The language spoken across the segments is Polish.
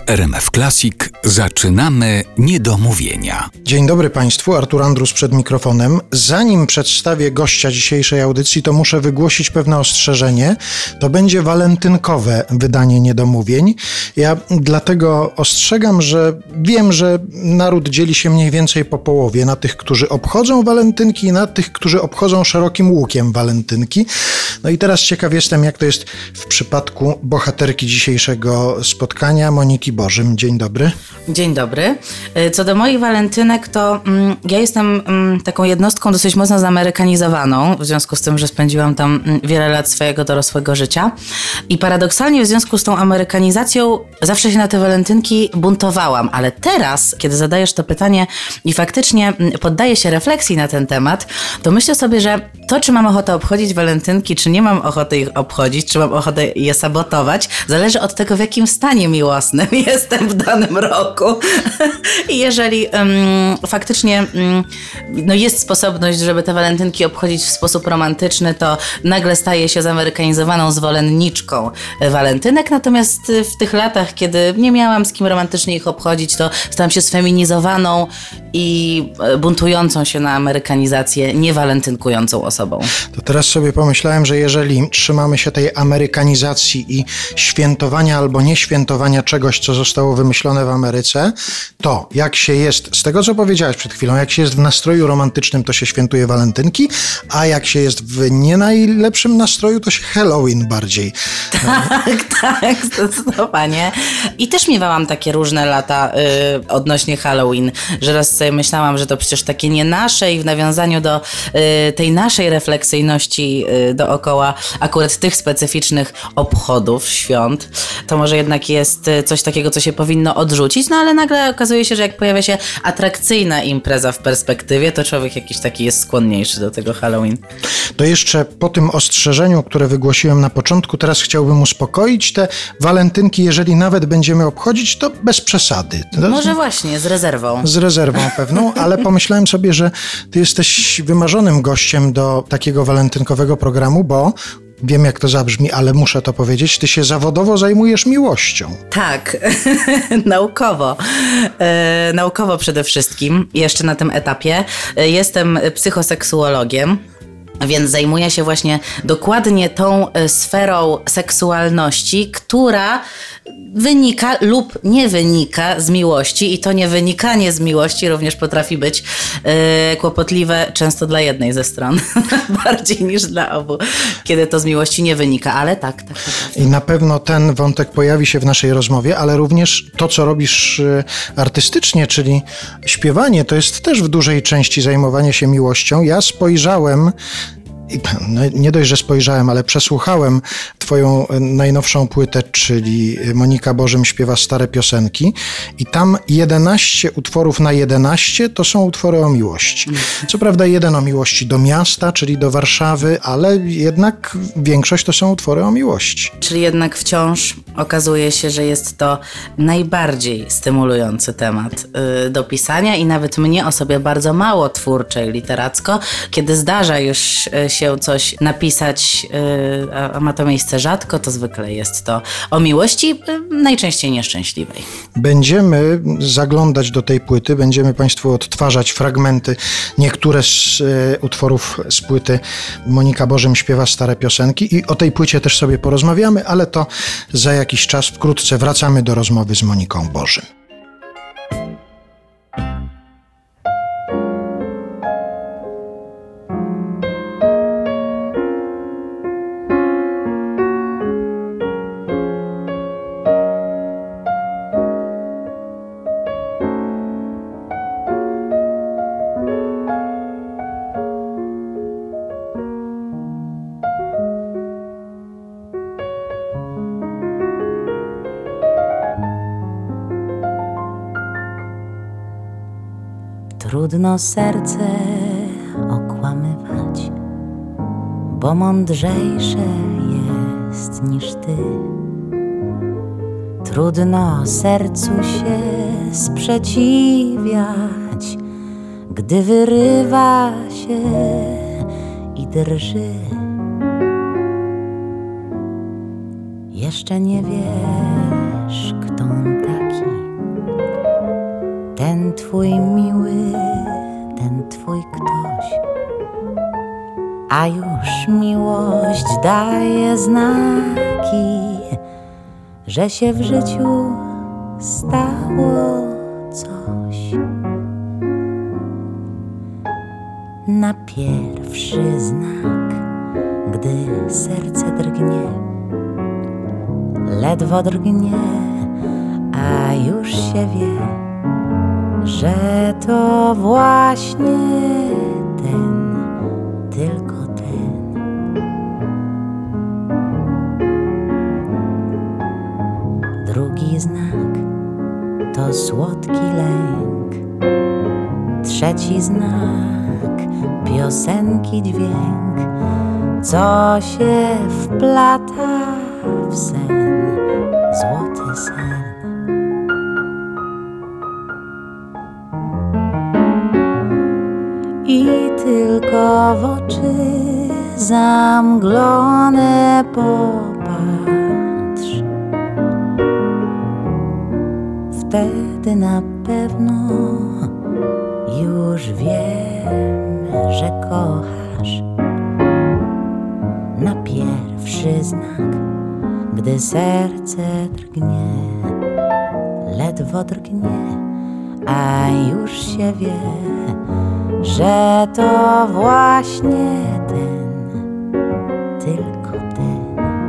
W RMF Classic zaczynamy niedomówienia. Dzień dobry Państwu, Artur Andrus przed mikrofonem. Zanim przedstawię gościa dzisiejszej audycji, to muszę wygłosić pewne ostrzeżenie. To będzie walentynkowe wydanie niedomówień. Ja dlatego ostrzegam, że wiem, że naród dzieli się mniej więcej po połowie na tych, którzy obchodzą walentynki i na tych, którzy obchodzą szerokim łukiem walentynki. No i teraz ciekaw jestem, jak to jest w przypadku bohaterki dzisiejszego spotkania, Moniki Bożym. Dzień dobry. Dzień dobry. Co do moich walentynek, to ja jestem taką jednostką dosyć mocno zamerykanizowaną, w związku z tym, że spędziłam tam wiele lat swojego dorosłego życia. I paradoksalnie w związku z tą amerykanizacją zawsze się na te walentynki buntowałam, ale teraz, kiedy zadajesz to pytanie i faktycznie poddaję się refleksji na ten temat, to myślę sobie, że to, czy mam ochotę obchodzić walentynki, czy nie mam ochoty ich obchodzić, czy mam ochotę je sabotować, zależy od tego, w jakim stanie miłosnym jestem w danym roku. I jeżeli faktycznie jest sposobność, żeby te walentynki obchodzić w sposób romantyczny, to nagle staję się zamerykanizowaną zwolenniczką walentynek. Natomiast w tych latach, kiedy nie miałam z kim romantycznie ich obchodzić, to stałam się sfeminizowaną i buntującą się na amerykanizację, niewalentynkującą osobą. To teraz sobie pomyślałem, że jeżeli trzymamy się tej amerykanizacji i świętowania albo nieświętowania czegoś, co zostało wymyślone w Ameryce, to jak się jest, z tego co powiedziałeś przed chwilą, jak się jest w nastroju romantycznym, to się świętuje walentynki, a jak się jest w nie najlepszym nastroju, to się Halloween bardziej. Tak, zdecydowanie. I też miewałam takie różne lata odnośnie Halloween, że raz sobie myślałam, że to przecież takie nie nasze i w nawiązaniu do tej naszej refleksyjności dookoła akurat tych specyficznych obchodów, świąt, to może jednak jest coś takiego, co się powinno odrzucić, no ale nagle okazuje się, że jak pojawia się atrakcyjna impreza w perspektywie, to człowiek jakiś taki jest skłonniejszy do tego Halloween. To jeszcze po tym ostrzeżeniu, które wygłosiłem na początku, teraz chciałbym uspokoić te walentynki, jeżeli nawet będziemy obchodzić, to bez przesady. Może właśnie, z rezerwą. Z rezerwą pewną, ale pomyślałem sobie, że ty jesteś wymarzonym gościem do takiego walentynkowego programu, bo wiem, jak to zabrzmi, ale muszę to powiedzieć, ty się zawodowo zajmujesz miłością. Tak, naukowo. Naukowo przede wszystkim, jeszcze na tym etapie. Jestem psychoseksuologiem. Więc zajmuję się właśnie dokładnie tą sferą seksualności, która wynika lub nie wynika z miłości i to niewynikanie z miłości również potrafi być kłopotliwe często dla jednej ze stron, bardziej niż dla obu, kiedy to z miłości nie wynika, ale tak. I na pewno ten wątek pojawi się w naszej rozmowie, ale również to, co robisz artystycznie, czyli śpiewanie, to jest też w dużej części zajmowanie się miłością. Ja spojrzałem, no nie dość, że spojrzałem, ale przesłuchałem twoją najnowszą płytę, czyli Monika Bożym śpiewa stare piosenki i tam 11 utworów na 11 to są utwory o miłości. Co prawda jeden o miłości do miasta, czyli do Warszawy, ale jednak większość to są utwory o miłości. Czyli jednak wciąż okazuje się, że jest to najbardziej stymulujący temat do pisania i nawet mnie, osobie bardzo mało twórczej literacko, kiedy zdarza już się coś napisać, a ma to miejsce rzadko, to zwykle jest to o miłości, najczęściej nieszczęśliwej. Będziemy zaglądać do tej płyty, będziemy Państwu odtwarzać fragmenty, niektóre z utworów z płyty Monika Bożym śpiewa stare piosenki i o tej płycie też sobie porozmawiamy, ale to za jakiś czas, wkrótce wracamy do rozmowy z Moniką Bożym. Trudno serce okłamywać, bo mądrzejsze jest niż ty. Trudno sercu się sprzeciwiać, gdy wyrywa się i drży. Jeszcze nie wiesz, kto on taki, ten twój miły, ten twój ktoś. A już miłość daje znaki, że się w życiu stało coś. Na pierwszy znak, gdy serce drgnie, ledwo drgnie, a już się wie, że to właśnie ten, tylko ten. Drugi znak to słodki lęk, trzeci znak piosenki dźwięk, co się wplata w sen, złoty sen. I tylko w oczy zamglone popatrz, wtedy na pewno już wiem, że kochasz. Na pierwszy znak, gdy serce drgnie, ledwo drgnie, a już się wie, że to właśnie ten, tylko ten.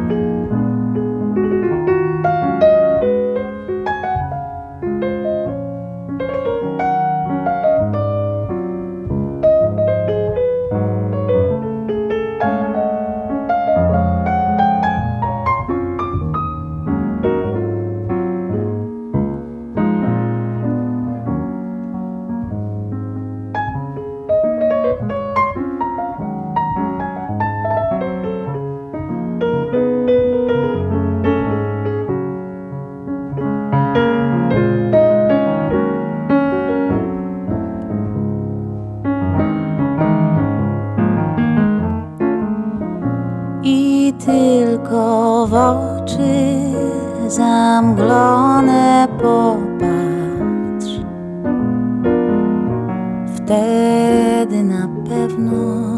I tylko w oczy zamglone popatrz, wtedy na pewno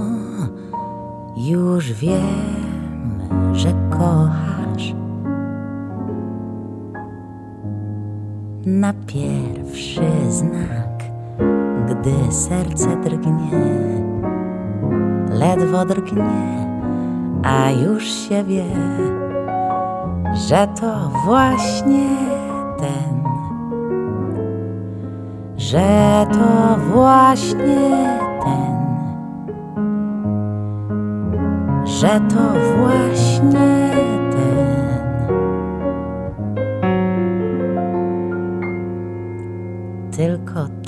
już wiem, że kochasz. Na pierwszy znak, gdy serce drgnie, ledwo drgnie, a już się wie, że to właśnie ten, że to właśnie ten, że to właśnie ten, tylko ten.